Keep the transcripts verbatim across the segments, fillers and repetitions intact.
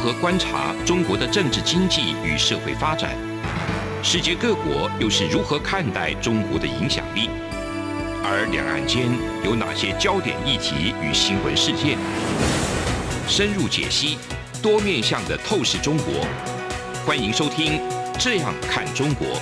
何观察中国的政治经济与社会发展？世界各国又是如何看待中国的影响力？而两岸间有哪些焦点议题与新闻事件？深入解析，多面向的透视中国。欢迎收听《这样看中国》。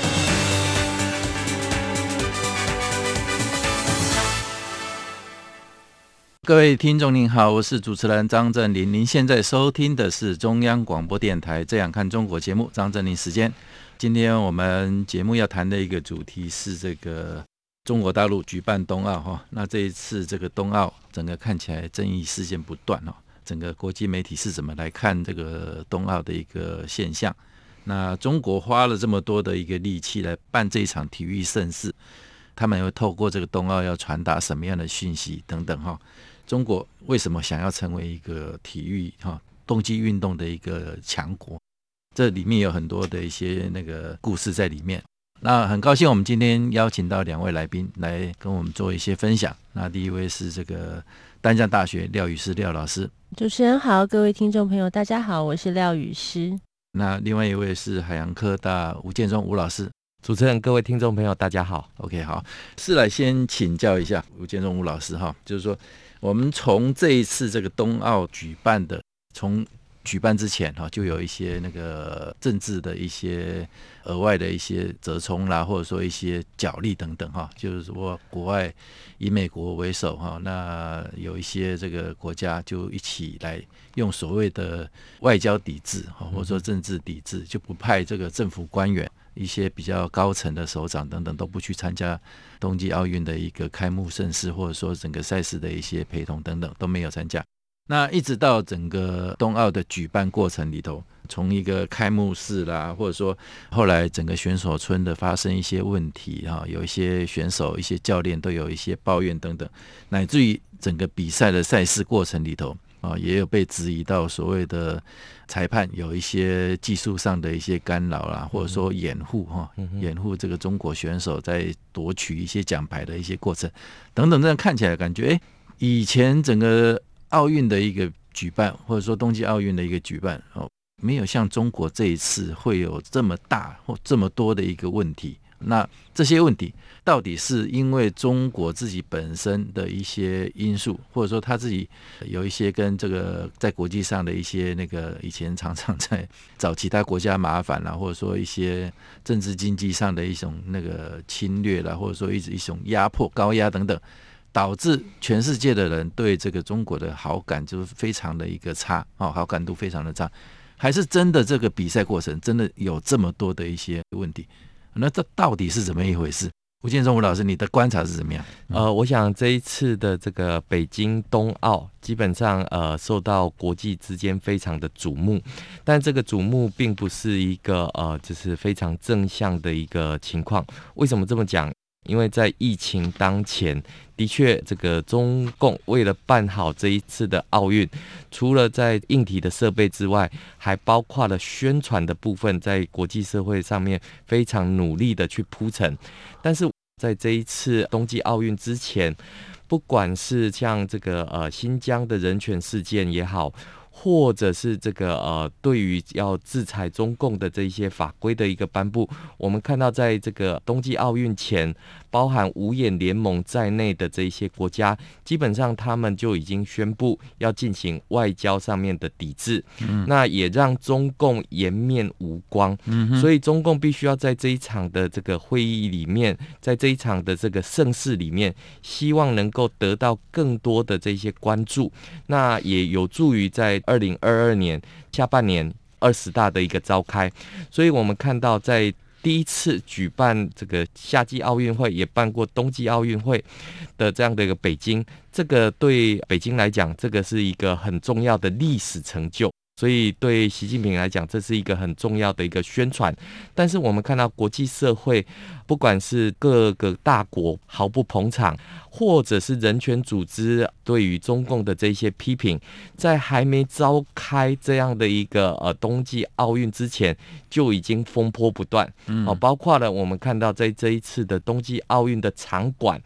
各位听众您好，我是主持人张正霖，您现在收听的是中央广播电台《这样看中国》节目，张正霖时间。今天我们节目要谈的一个主题是这个中国大陆举办冬奥，那这一次这个冬奥整个看起来争议事件不断，整个国际媒体是怎么来看这个冬奥的一个现象？那中国花了这么多的一个力气来办这一场体育盛事，他们会透过这个冬奥要传达什么样的讯息等等哈？中国为什么想要成为一个体育哈冬季运动的一个强国？这里面有很多的一些那个故事在里面。那很高兴我们今天邀请到两位来宾来跟我们做一些分享。那第一位是这个淡江大学廖宇诗廖老师。 主持人好，各位听众朋友大家好，我是廖宇诗。 那另外一位是海洋科大吴建中吴老师。 主持人各位听众朋友大家好。 OK 好，是来先请教一下吴建中吴老师哈，就是说我们从这一次这个冬奥举办的，从举办之前就有一些那个政治的一些额外的一些折冲啦，或者说一些角力等等哈，就是说国外以美国为首哈，那有一些这个国家就一起来用所谓的外交抵制或者说政治抵制，就不派这个政府官员，一些比较高层的首长等等都不去参加冬季奥运的一个开幕盛事，或者说整个赛事的一些陪同等等都没有参加。那一直到整个冬奥的举办过程里头，从一个开幕式啦，或者说后来整个选手村的发生一些问题，有一些选手一些教练都有一些抱怨等等，乃至于整个比赛的赛事过程里头也有被质疑到所谓的裁判有一些技术上的一些干扰啦，或者说掩护掩护这个中国选手在夺取一些奖牌的一些过程等等，这样看起来感觉诶以前整个奥运的一个举办，或者说冬季奥运的一个举办，没有像中国这一次会有这么大或这么多的一个问题。那这些问题到底是因为中国自己本身的一些因素，或者说他自己有一些跟这个在国际上的一些那个以前常常在找其他国家麻烦啦，或者说一些政治经济上的一种那个侵略啦，或者说一一种压迫高压等等，导致全世界的人对这个中国的好感就是非常的一个差，好感度非常的差，还是真的这个比赛过程真的有这么多的一些问题？那这到底是怎么一回事？吴建中吴老师，你的观察是怎么样？ 呃，我想这一次的这个北京冬奥，基本上呃受到国际之间非常的瞩目，但这个瞩目并不是一个呃就是非常正向的一个情况。为什么这么讲？因为在疫情当前，的确这个中共为了办好这一次的奥运，除了在硬体的设备之外，还包括了宣传的部分，在国际社会上面非常努力的去铺陈。但是在这一次冬季奥运之前，不管是像这个呃新疆的人权事件也好，或者是这个呃，对于要制裁中共的这一些法规的一个颁布，我们看到在这个冬季奥运前，包含五眼联盟在内的这一些国家，基本上他们就已经宣布要进行外交上面的抵制，嗯、那也让中共颜面无光、嗯。所以中共必须要在这一场的这个会议里面，在这一场的这个盛事里面，希望能够得到更多的这些关注，那也有助于在二零二二年下半年二十大的一个召开。所以我们看到在第一次举办这个夏季奥运会，也办过冬季奥运会的这样的一个北京，这个对北京来讲，这个是一个很重要的历史成就，所以对习近平来讲，这是一个很重要的一个宣传。但是我们看到国际社会，不管是各个大国毫不捧场，或者是人权组织对于中共的这些批评，在还没召开这样的一个呃冬季奥运之前，就已经风波不断。嗯，包括了我们看到在这一次的冬季奥运的场馆，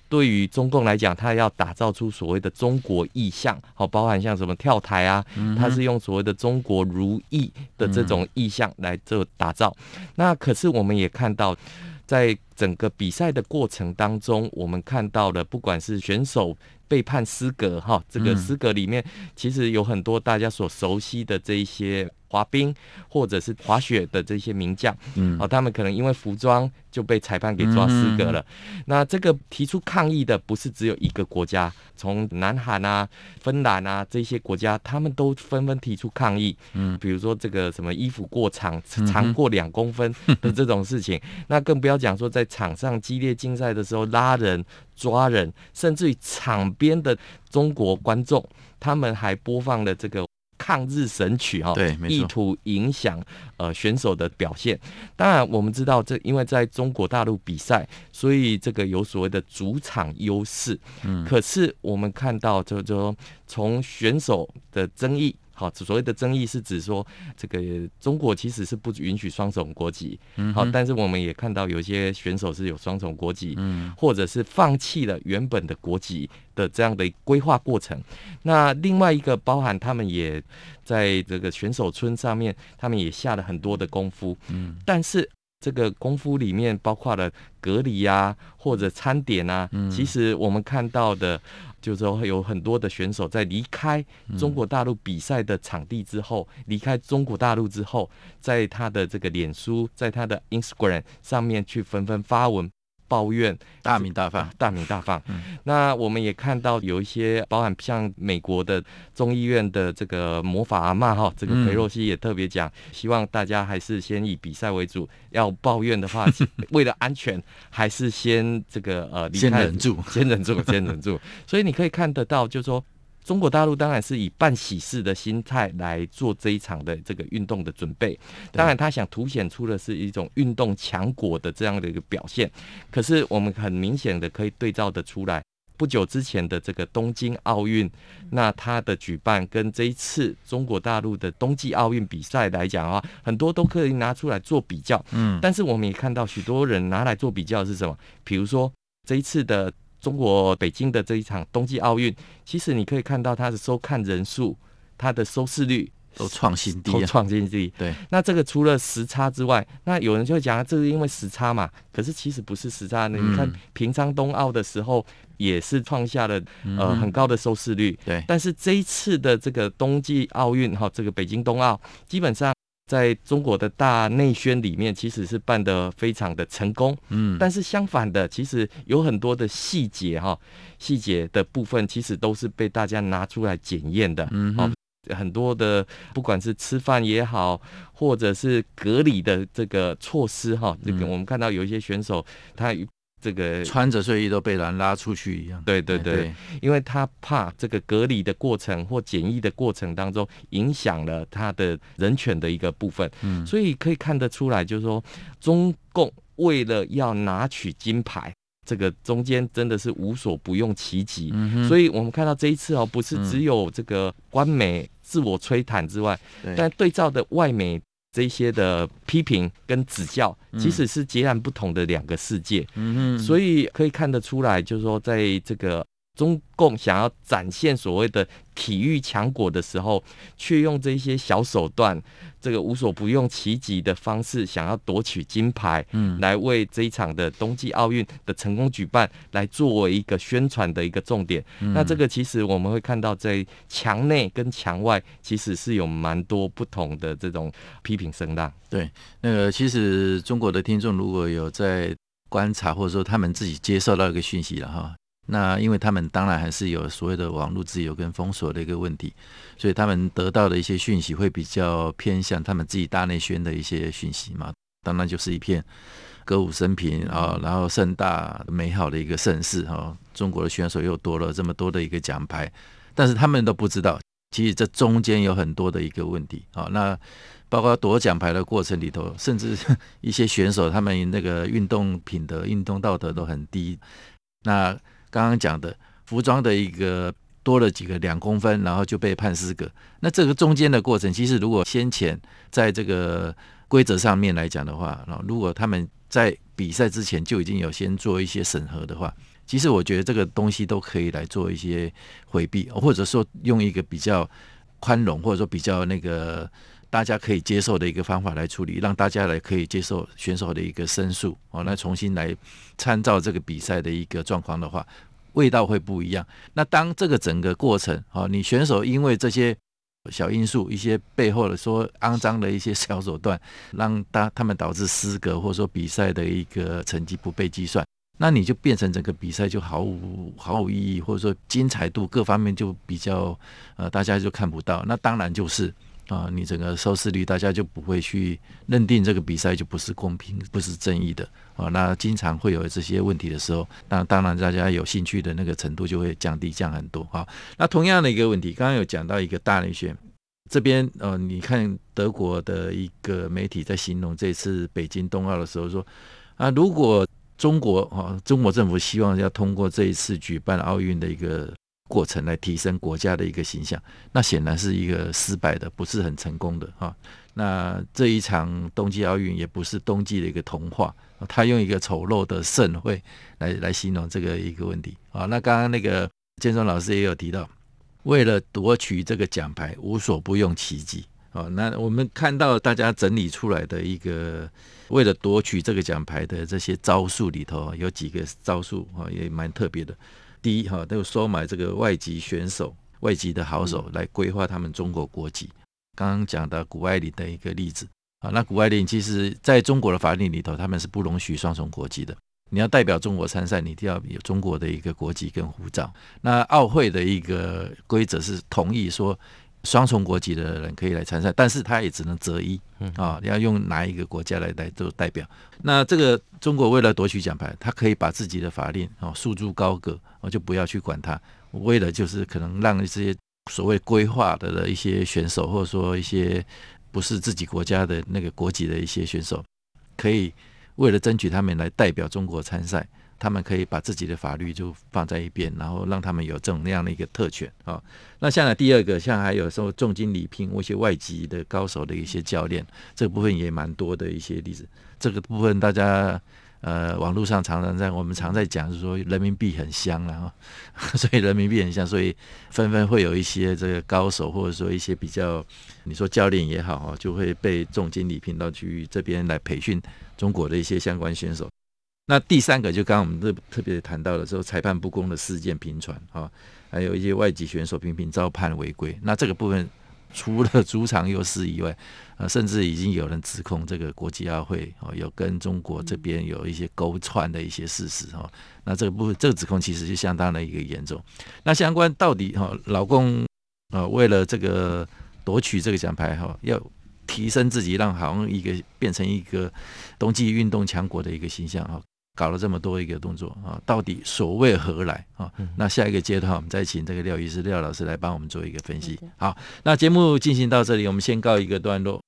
对于中共来讲，它要打造出所谓的中国意象，好，包含像什么跳台啊，它是用所谓的中国如意的这种意象来做打造。那可是我们也看到，在整个比赛的过程当中，我们看到了不管是选手被判失格哈，这个失格里面其实有很多大家所熟悉的这一些滑冰或者是滑雪的这些名将，嗯，哦，他们可能因为服装就被裁判给抓失格了。嗯、那这个提出抗议的不是只有一个国家，从南韩啊、芬兰啊这些国家，他们都纷纷提出抗议。嗯，比如说这个什么衣服过长，长过两公分的这种事情，嗯、那更不要讲说在场上激烈竞赛的时候拉人、抓人，甚至于场边的中国观众，他们还播放了这个抗日神曲哈， 对，没错， 意图影响呃选手的表现。当然，我们知道这因为在中国大陆比赛，所以这个有所谓的主场优势。嗯，可是我们看到就就从选手的争议。好，所谓的争议是指说，这个中国其实是不允许双重国籍。好，但是我们也看到有些选手是有双重国籍，嗯，或者是放弃了原本的国籍的这样的规划过程。那另外一个包含他们也在这个选手村上面，他们也下了很多的功夫，嗯，但是这个功夫里面包括了隔离啊，或者餐点啊，嗯、其实我们看到的。就是说，有很多的选手在离开中国大陆比赛的场地之后，离、嗯、开中国大陆之后，在他的这个脸书，在他的 Instagram 上面去纷纷发文抱怨， 大鸣大放， 大鸣大放。嗯、那我们也看到有一些，包含像美国的众议院的这个魔法阿嬷哈，这个裴洛西也特别讲，嗯、希望大家还是先以比赛为主，要抱怨的话，为了安全，还是先这个呃离开， 先忍住， 先忍住，先忍住。所以你可以看得到，就是说。中国大陆当然是以办喜事的心态来做这一场的这个运动的准备，当然他想凸显出的是一种运动强国的这样的一个表现。可是我们很明显的可以对照的出来，不久之前的这个东京奥运，那它的举办跟这一次中国大陆的冬季奥运比赛来讲的话，很多都可以拿出来做比较。嗯，但是我们也看到许多人拿来做比较的是什么？比如说这一次的。中国北京的这一场冬季奥运，其实你可以看到它的收看人数、它的收视率都创新低、啊， 都创新低。 对， 那这个除了时差之外，那有人就会讲，这是因为时差嘛？可是其实不是时差。嗯、你看平昌冬奥的时候，也是创下了呃很高的收视率。 对， 但是这一次的这个冬季奥运哈，这个北京冬奥，基本上。在中国的大内宣里面，其实是办得非常的成功，嗯，但是相反的，其实有很多的细节哈，细节的部分其实都是被大家拿出来检验的，嗯，哦，很多的不管是吃饭也好，或者是隔离的这个措施哈，这个我们看到有一些选手他。这个穿着睡衣都被人拉出去一样， 对对 对, 对，因为他怕这个隔离的过程或检疫的过程当中影响了他的人权的一个部分，嗯，所以可以看得出来，就是说中共为了要拿取金牌，这个中间真的是无所不用其极，嗯、所以我们看到这一次哦，不是只有这个官媒自我吹弹之外，嗯、但对照的外媒。这些的批评跟指教，其实是截然不同的两个世界，嗯、所以可以看得出来，就是说，在这个中共想要展现所谓的体育强国的时候，却用这些小手段，这个无所不用其极的方式，想要夺取金牌，嗯，来为这一场的冬季奥运的成功举办，来作为一个宣传的一个重点。嗯、那这个其实我们会看到，在墙内跟墙外，其实是有蛮多不同的这种批评声浪。 对，那个其实中国的听众如果有在观察，或者说他们自己接受到一个讯息了哈。那因为他们当然还是有所谓的网络自由跟封锁的一个问题，所以他们得到的一些讯息会比较偏向他们自己大内宣的一些讯息嘛，当然就是一片歌舞升平啊，然后盛大美好的一个盛世哈，中国的选手又多了这么多的一个奖牌，但是他们都不知道，其实这中间有很多的一个问题啊，那包括夺奖牌的过程里头，甚至一些选手他们那个运动品德、运动道德都很低，那刚刚讲的服装的一个多了几个两公分，然后就被判失格。那这个中间的过程，其实如果先前在这个规则上面来讲的话，如果他们在比赛之前就已经有先做一些审核的话， 其实我觉得这个东西都可以来做一些回避，或者说用一个比较宽容，或者说比较那个大家可以接受的一个方法来处理，让大家来可以接受选手的一个申诉，哦，那重新来参照这个比赛的一个状况的话，味道会不一样。那当这个整个过程，哦，你选手因为这些小因素，一些背后的说肮脏的一些小手段，让他们导致失格，或者说比赛的一个成绩不被计算，那你就变成整个比赛就毫无毫无意义，或者说精彩度各方面就比较呃大家就看不到。那当然就是啊、呃，你整个收视率大家就不会去认定这个比赛就不是公平、不是正义的啊、呃。那经常会有这些问题的时候，那当然大家有兴趣的那个程度就会降低，降很多啊。那同样的一个问题，刚刚有讲到一个大内宣这边呃，你看德国的一个媒体在形容这次北京冬奥的时候说啊，如果中国啊，中国政府希望要通过这一次举办奥运的一个过程来提升国家的一个形象，那显然是一个失败的，不是很成功的啊。那这一场冬季奥运也不是冬季的一个童话，他用一个丑陋的盛会来来形容这个一个问题啊。那刚刚那个建中老师也有提到，为了夺取这个奖牌，无所不用其极。哦，那我们看到大家整理出来的一个为了夺取这个奖牌的这些招数里头，有几个招数也蛮特别的。第一，都收买这个外籍选手、外籍的好手来规划他们中国国籍。刚刚讲到谷爱凌的一个例子，那谷爱凌其实在中国的法律里头，他们是不容许双重国籍的。你要代表中国参赛，你一定要有中国的一个国籍跟护照。那奥会的一个规则是同意说，双重国籍的人可以来参赛，但是他也只能择一啊，要用哪一个国家来来做代表。那这个中国为了夺取奖牌，他可以把自己的法令啊束之高阁，就不要去管它。为了就是可能让这些所谓规划的的一些选手，或者说一些不是自己国家的那个国籍的一些选手，可以为了争取他们来代表中国参赛，他们可以把自己的法律就放在一边，然后让他们有这种那样的一个特权啊。那像来第二个，像还有时候重金礼聘一些外籍的高手的一些教练，这个部分也蛮多的一些例子。这个部分大家呃网络上常常在我们常在讲，是说人民币很香啊，所以人民币很香，所以纷纷会有一些这个高手，或者说一些比较你说教练也好，就会被重金礼聘到去这边来培训中国的一些相关选手。那第三个就刚刚我们特别谈到的时候，裁判不公的事件频传啊，还有一些外籍选手频频遭判违规。那这个部分除了主场优势以外，呃，甚至已经有人指控这个国际奥会哦有跟中国这边有一些勾串的一些事实哦。那这个部分这个指控其实就相当的一个严重。那相关到底哈老公啊、呃、为了这个夺取这个奖牌哈要提升自己，让好像一个变成一个冬季运动强国的一个形象哈。搞了这么多一个动作啊，到底所谓何来啊？那下一个阶段我们再请这个廖医师廖老师来帮我们做一个分析。好，那节目进行到这里，我们先告一个段落。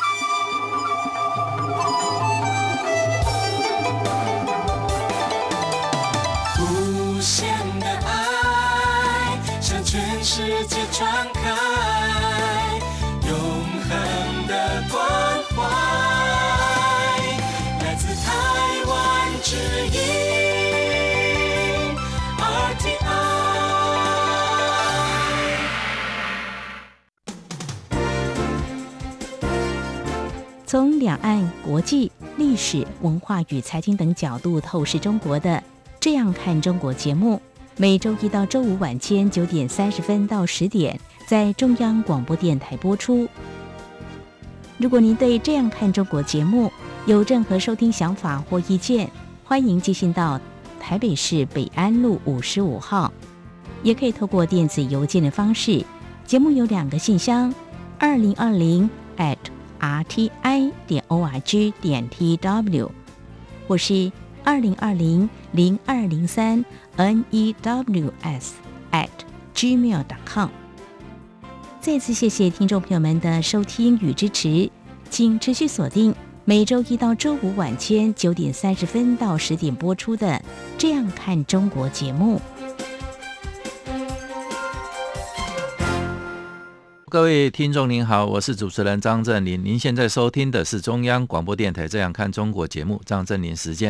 无限的爱向全世界传开，永恒的关怀来自台湾之音 R T I。 从两岸、国际、历史文化与财经等角度透视中国的《这样看中国》节目，每周一到周五晚间九点三十分到十点在中央广播电台播出。如果您对《这样看中国》节目有任何收听想法或意见，欢迎寄信到台北市北安路五十五号，也可以透过电子邮件的方式。节目有两个信箱：二零二零 at r t i 点 o r g 点 t w， 或是二零二零零二零三 n e w s at gmail 点 com。再次谢谢听众朋友们的收听与支持，请持续锁定每周一到周五晚间九点三十分到十点播出的《这样看中国》节目。 各位听众您好，我是主持人张正霖，您现在收听的是中央广播电台《这样看中国》节目，张正霖时间。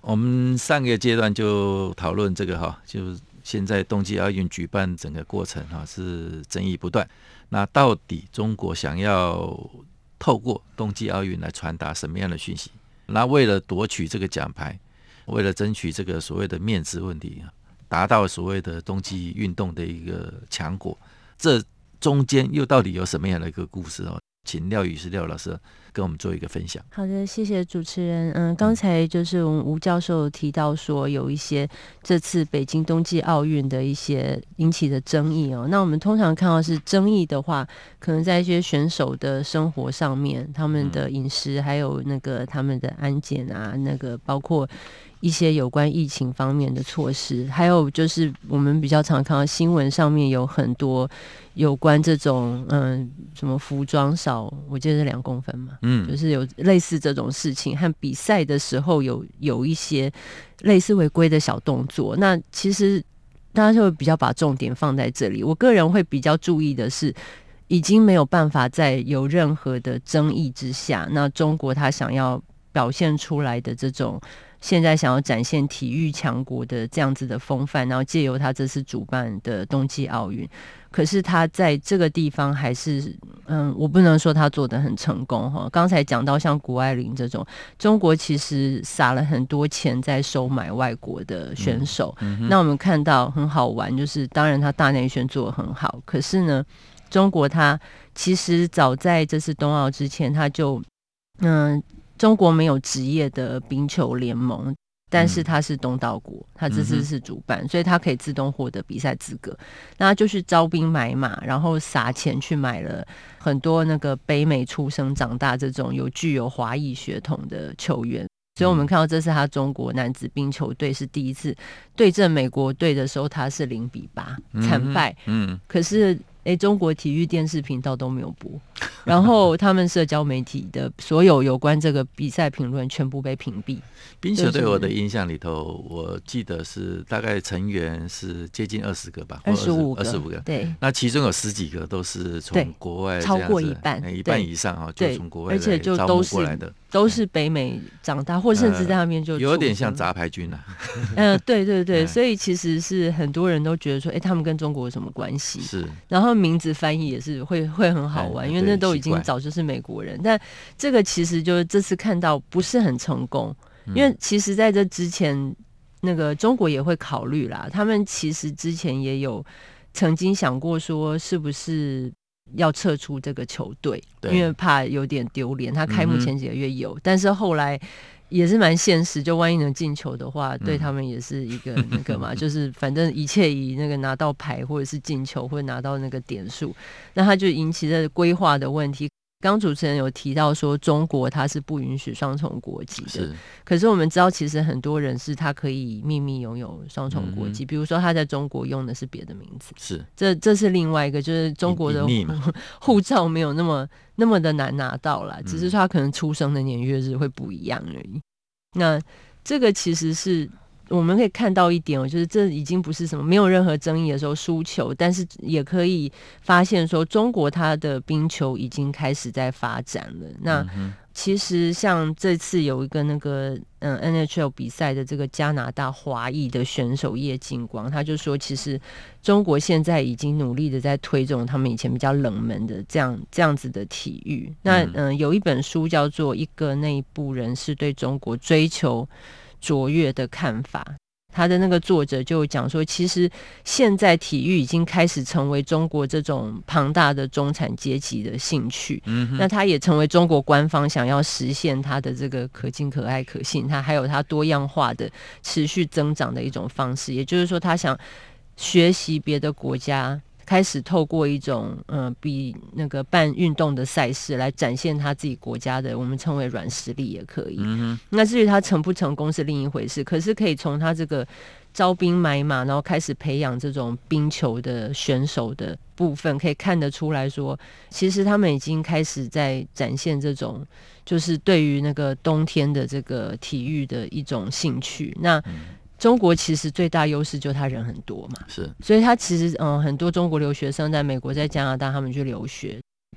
我们上个阶段就讨论这个哈，就是现在冬季奥运举办整个过程哈是争议不断。那到底中国想要透过冬季奥运来传达什么样的讯息？那为了夺取这个奖牌，为了争取这个所谓的面子问题，达到所谓的冬季运动的一个强国，这中间又到底有什么样的一个故事哦？请廖宇是廖老师跟我们做一个分享。 好的，谢谢主持人。嗯，刚才就是我们吴教授提到说，有一些这次北京冬季奥运的一些引起的争议哦。那我们通常看到是争议的话，可能在一些选手的生活上面，他们的饮食，还有那个他们的安检啊，那个包括一些有关疫情方面的措施，还有就是我们比较常看到新闻上面有很多有关这种嗯什么服装少，我记得是两公分嘛，嗯，就是有类似这种事情，和比赛的时候有有一些类似违规的小动作。那其实大家就会比较把重点放在这里。我个人会比较注意的是，已经没有办法在有任何的争议之下，那中国他想要表现出来的这种现在想要展现体育强国的这样子的风范，然后借由他这次主办的冬季奥运，可是他在这个地方还是嗯，我不能说他做得很成功哈。刚才讲到像谷爱凌这种，中国其实撒了很多钱在收买外国的选手，嗯嗯、那我们看到很好玩，就是当然他大内宣做得很好，可是呢，中国他其实早在这次冬奥之前，他就嗯。中国没有职业的冰球联盟，但是他是东道国，他这次是主办，所以他可以自动获得比赛资格。那他就是招兵买马，然后撒钱去买了很多那个北美出生长大这种有具有华裔血统的球员。所以我们看到这次他中国男子冰球队是第一次对阵美国队的时候，他是零比八惨败。嗯，可是哎，中国体育电视频道都没有播，然后他们社交媒体的所有有关这个比赛评论全部被屏蔽。 冰球对我的印象里头，我记得是大概成员是接近二十个吧， 二十五个， 二十五个， 对。 那其中有十几个都是从国外超过一半， 一半以上啊，就从国外而且就都是过来的，都是北美长大，或甚至在那边就、呃、 有点像杂牌军啊。 嗯、呃，对对对，所以其实是很多人都觉得说，哎，他们跟中国有什么关系？ 是， 然后名字翻译也是会会很好玩，因为那都已经早就是美国人，但这个其实就是这次看到不是很成功，因为其实在这之前，那个中国也会考虑啦，他们其实之前也有曾经想过说，是不是要撤出这个球队，因为怕有点丢脸。他开幕前几个月有，嗯、但是后来也是蛮现实，就万一能进球的话，对他们也是一个那个嘛，嗯、就是反正一切以那个拿到牌或者是进球或者拿到那个点数，那他就引起了规划的问题。刚主持人有提到说，中国它是不允许双重国籍的， 是。 可是我们知道，其实很多人是他可以秘密拥有双重国籍，嗯、比如说他在中国用的是别的名字， 是。 这这是另外一个，就是中国的护照没有那么那么的难拿到啦，只是说他可能出生的年月日会不一样而已。那这个其实是。我们可以看到一点，我觉得这已经不是什么没有任何争议的时候输球，但是也可以发现说，中国它的冰球已经开始在发展了。那其实像这次有一个那个嗯 N H L 比赛的这个加拿大华裔的选手叶金光，他就说，其实中国现在已经努力的在推这种他们以前比较冷门的这样这样子的体育。那嗯，有一本书叫做《一个内部人士对中国追求卓越的看法》，他的那个作者就讲说，其实现在体育已经开始成为中国这种庞大的中产阶级的兴趣，嗯、那他也成为中国官方想要实现他的这个可敬可爱可信，他还有他多样化的持续增长的一种方式。也就是说，他想学习别的国家，开始透过一种呃比那个办运动的赛事来展现他自己国家的，我们称为软实力也可以。嗯、那至于他成不成功是另一回事，可是可以从他这个招兵买马，然后开始培养这种冰球的选手的部分，可以看得出来说，其实他们已经开始在展现这种就是对于那个冬天的这个体育的一种兴趣。那、嗯中国其实最大优势就是他人很多嘛， 是， 所以他其实嗯很多中国留学生在美国、在加拿大，他们去留学，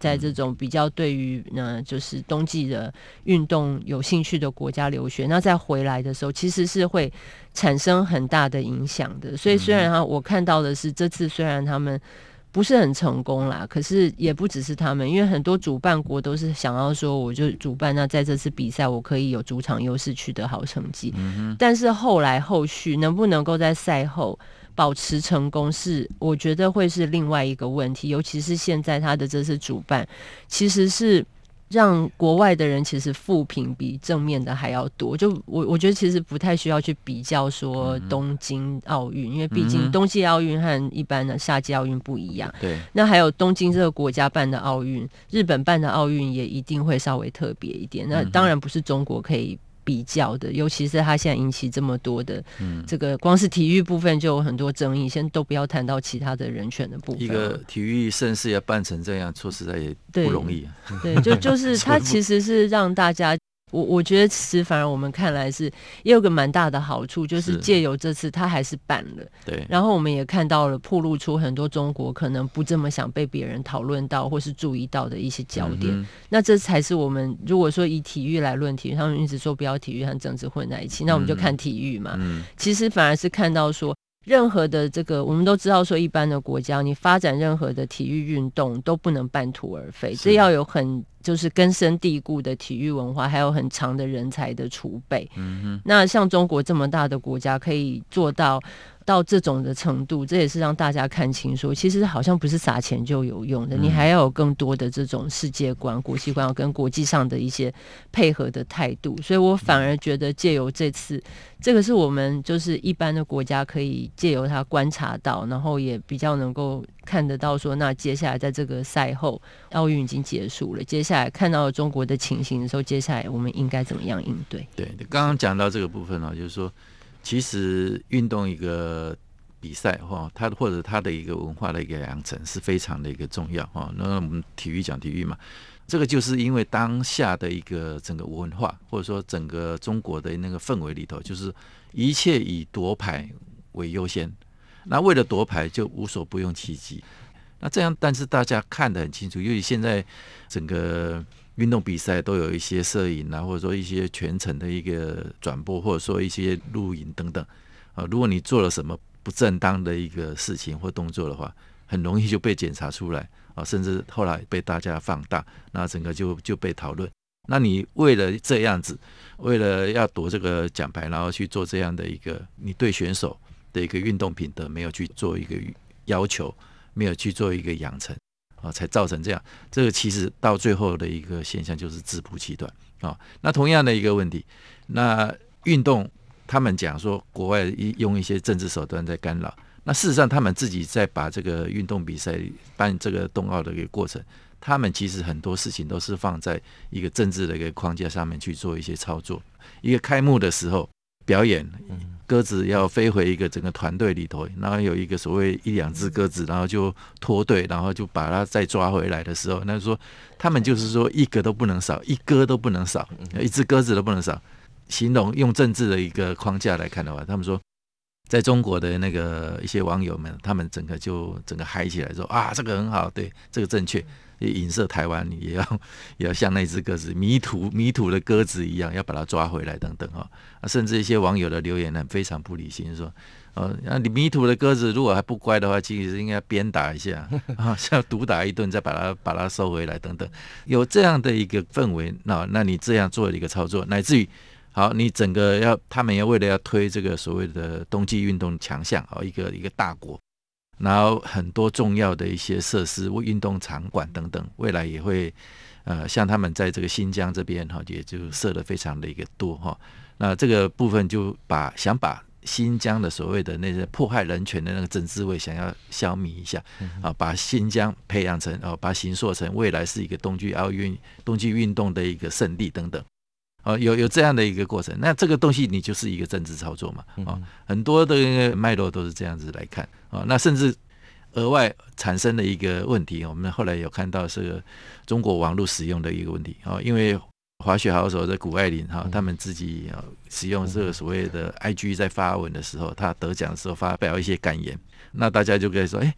在这种比较对于呢就是冬季的运动有兴趣的国家留学，那再回来的时候其实是会产生很大的影响的。所以虽然我看到的是这次虽然他们不是很成功啦，可是也不只是他们，因为很多主办国都是想要说我就主办，那在这次比赛我可以有主场优势取得好成绩、嗯、但是后来后续能不能够在赛后保持成功是我觉得会是另外一个问题，尤其是现在他的这次主办其实是让国外的人其实负评比正面的还要多，就我我觉得其实不太需要去比较说东京奥运、嗯、因为毕竟冬季奥运和一般的夏季奥运不一样，对，那还有东京这个国家办的奥运，日本办的奥运也一定会稍微特别一点，那当然不是中国可以比较的，尤其是他现在引起这么多的、嗯、这个光是体育部分就有很多争议，先都不要谈到其他的人权的部分。 一个体育盛事要办成这样，说实在也不容易、啊、 对, 对就就是他其实是让大家我我觉得其实反而我们看来是也有个蛮大的好处，就是借由这次他还是办了，对，然后我们也看到了暴露出很多中国可能不这么想被别人讨论到或是注意到的一些焦点、嗯、那这才是我们如果说以体育来论体育，他们一直说不要体育和政治混在一起，那我们就看体育嘛、嗯、其实反而是看到说任何的这个我们都知道说一般的国家你发展任何的体育运动都不能半途而废，这要有很就是根深蒂固的体育文化，还有很长的人才的储备、嗯、哼那像中国这么大的国家可以做到到这种的程度，这也是让大家看清说其实好像不是撒钱就有用的、嗯、你还要有更多的这种世界观国际观跟国际上的一些配合的态度，所以我反而觉得借由这次这个是我们就是一般的国家可以借由它观察到，然后也比较能够看得到说那接下来在这个赛后奥运已经结束了，接下来看到了中国的情形的时候，接下来我们应该怎么样应对。 对，刚刚讲到这个部分、啊、就是说其实运动一个比赛它或者它的一个文化的一个养成是非常的一个重要。那我们体育讲体育嘛，这个就是因为当下的一个整个文化或者说整个中国的那个氛围里头，就是一切以夺牌为优先，那为了夺牌就无所不用其极，那这样但是大家看得很清楚，因为现在整个运动比赛都有一些摄影啊，或者说一些全程的一个转播，或者说一些录影等等、啊、如果你做了什么不正当的一个事情或动作的话，很容易就被检查出来、啊、甚至后来被大家放大，那整个就就被讨论。那你为了这样子，为了要夺这个奖牌，然后去做这样的一个你对选手的一个运动品德没有去做一个要求，没有去做一个养成啊，才造成这样。这个其实到最后的一个现象就是自曝其短啊。那同样的一个问题，那运动他们讲说国外用一些政治手段在干扰，那事实上他们自己在把这个运动比赛办这个冬奥的一个过程，他们其实很多事情都是放在一个政治的一个框架上面去做一些操作。一个开幕的时候表演，鸽子要飞回一个整个团队里头，然后有一个所谓一两只鸽子，然后就脱队，然后就把它再抓回来的时候，那说他们就是说一个都不能少，一鸽都不能少，一只鸽子都不能少。形容用政治的一个框架来看的话，他们说在中国的那个一些网友们，他们整个就整个嗨起来说啊，这个很好，对，这个正确，影射台湾也要也要像那只鸽子迷途迷途的鸽子一样，要把它抓回来等等、哦啊、甚至一些网友的留言呢非常不理性，说哦，那你迷途的鸽子如果还不乖的话，其实应该鞭打一下啊，像毒打一顿再把它把它收回来等等，有这样的一个氛围，那那你这样做的一个操作，乃至于好，你整个要他们要为了要推这个所谓的冬季运动强项，一个一个大国，然后很多重要的一些设施、运动场馆等等，未来也会呃像他们在这个新疆这边哈，也就设的非常的一个多哈。那这个部分就把想把新疆的所谓的那些迫害人权的那个政治味想要消弭一下啊，把新疆培养成哦，把形塑成未来是一个冬季奥运、冬季运动的一个圣地等等。哦、有有这样的一个过程，那这个东西你就是一个政治操作嘛、哦、很多的脉络都是这样子来看、哦、那甚至额外产生的一个问题，我们后来有看到这个中国网络使用的一个问题、哦、因为滑雪好手的谷爱凌、哦、他们自己、哦、使用这个所谓的 I G 在发文的时候，他得奖的时候发表一些感言，那大家就可以说，哎，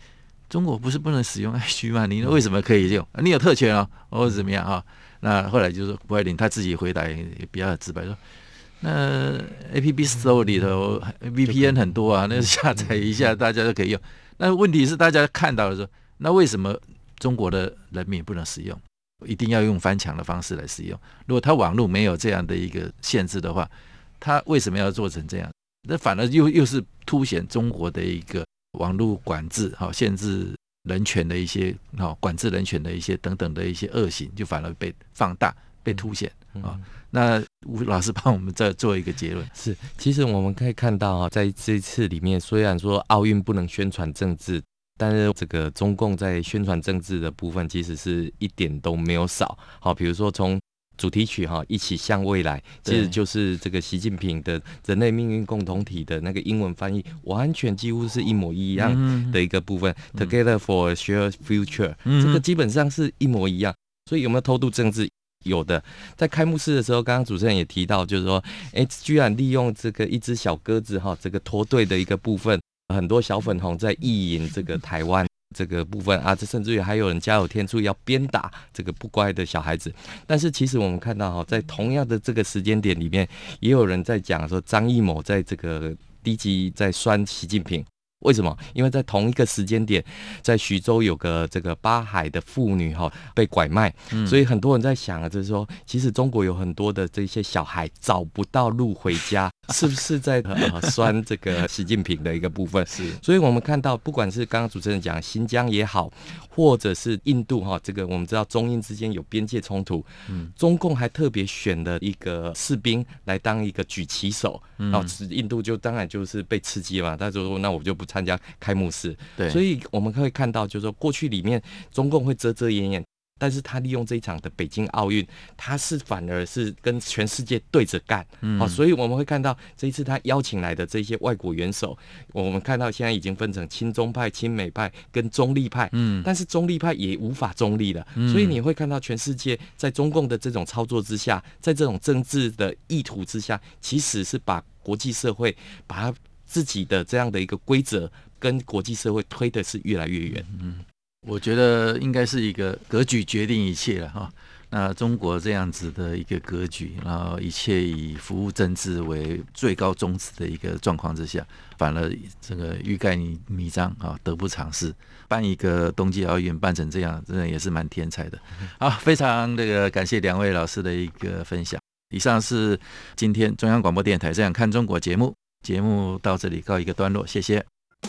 中国不是不能使用 I G 吗？你为什么可以用？你有特权哦，或者怎么样啊？那后来就是说，郭爱玲他自己回答也比较直白说，那 A P P Store 里头 V P N 很多啊，那下载一下大家都可以用。那问题是大家看到的时候，那为什么中国的人民不能使用？一定要用翻墙的方式来使用？如果他网络没有这样的一个限制的话，他为什么要做成这样？那反而又又是凸显中国的一个网络管制、限制人权的一些、管制人权的一些等等的一些恶行，就反而被放大、被凸显啊。那吴老师帮我们再做一个结论。 是，其实我们可以看到啊，在这一次里面，虽然说奥运不能宣传政治，但是这个中共在宣传政治的部分，其实是一点都没有少。好，比如说从主题曲哈，一起向未来，其实就是这个习近平的人类命运共同体的那个英文翻译，完全几乎是一模一样的一个部分、嗯、，Together for a shared future，、嗯、这个基本上是一模一样。所以有没有偷渡政治？有的。在开幕式的时候，刚刚主持人也提到，就是说，哎，居然利用这个一只小鸽子哈，这个脱队的一个部分，很多小粉红在意淫这个台湾。这个部分啊，这甚至于还有人加油添醋要鞭打这个不乖的小孩子。但是其实我们看到哈，在同样的这个时间点里面，也有人在讲说张艺谋在这个低级在酸习近平。为什么？因为在同一个时间点，在徐州有个这个八海的妇女哈被拐卖、嗯，所以很多人在想啊，就是说，其实中国有很多的这些小孩找不到路回家，是不是在呃酸这个习近平的一个部分？是，所以我们看到，不管是刚刚主持人讲新疆也好，或者是印度哈，这个我们知道中印之间有边界冲突，嗯，中共还特别选了一个士兵来当一个举旗手，然后印度就当然就是被刺激嘛，他就说那我就不参加开幕式，对，所以我们可以看到，就是说过去里面中共会遮遮掩掩，但是他利用这一场的北京奥运，他是反而是跟全世界对着干，嗯、哦，所以我们会看到这一次他邀请来的这些外国元首，我们看到现在已经分成亲中派、亲美派跟中立派，嗯，但是中立派也无法中立了，嗯、所以你会看到全世界在中共的这种操作之下，在这种政治的意图之下，其实是把国际社会把它自己的这样的一个规则跟国际社会推的是越来越远。 嗯，我觉得应该是一个格局决定一切了哈。那中国这样子的一个格局，然后一切以服务政治为最高宗旨的一个状况之下，反而这个欲盖弥彰啊，得不偿失。办一个冬季奥运办成这样，真的也是蛮天才的。好，非常这个感谢两位老师的一个分享。以上是今天中央广播电台《这样看中国》节目。节目到这里告一个段落，谢谢。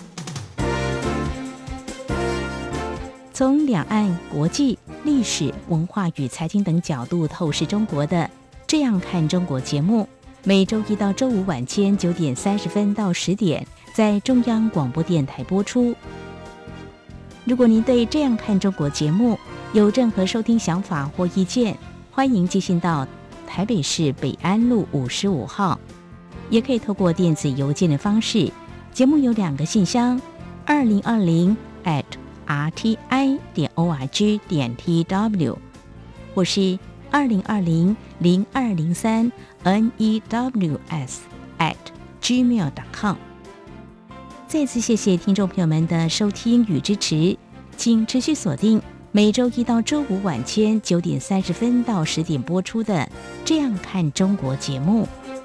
从两岸、国际、历史、文化与财经等角度透视中国的《这样看中国》节目，每周一到周五晚间九点三十分到十点在中央广播电台播出。如果您对《这样看中国》节目有任何收听想法或意见，欢迎寄信到台北市北安路五十五号。也可以透过电子邮件的方式，节目有两个信箱：二零二零 at r t i 点 o r g 点 t w， 或是二零二零零二零三 n e w s at gmail 点 com。再次谢谢听众朋友们的收听与支持，请持续锁定每周一到周五晚间九点三十分到十点播出的《这样看中国》节目。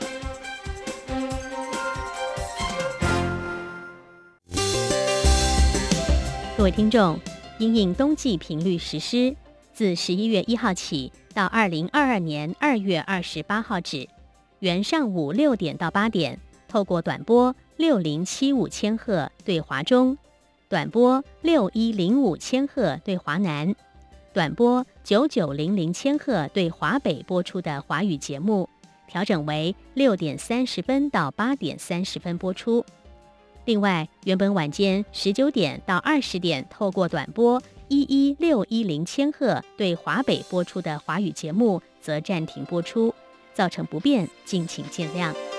各位听众，因应冬季频率实施，自十一月一号起到二零二二年二月二十八号止，原上午六点到八点，透过短波六零七五千赫对华中，短波六一零五千赫对华南，短波九九零零千赫对华北播出的华语节目，调整为六点三十分到八点三十分播出。另外，原本晚间十九点到二十点透过短波一一六一零千赫对华北播出的华语节目则暂停播出，造成不便，敬请见谅。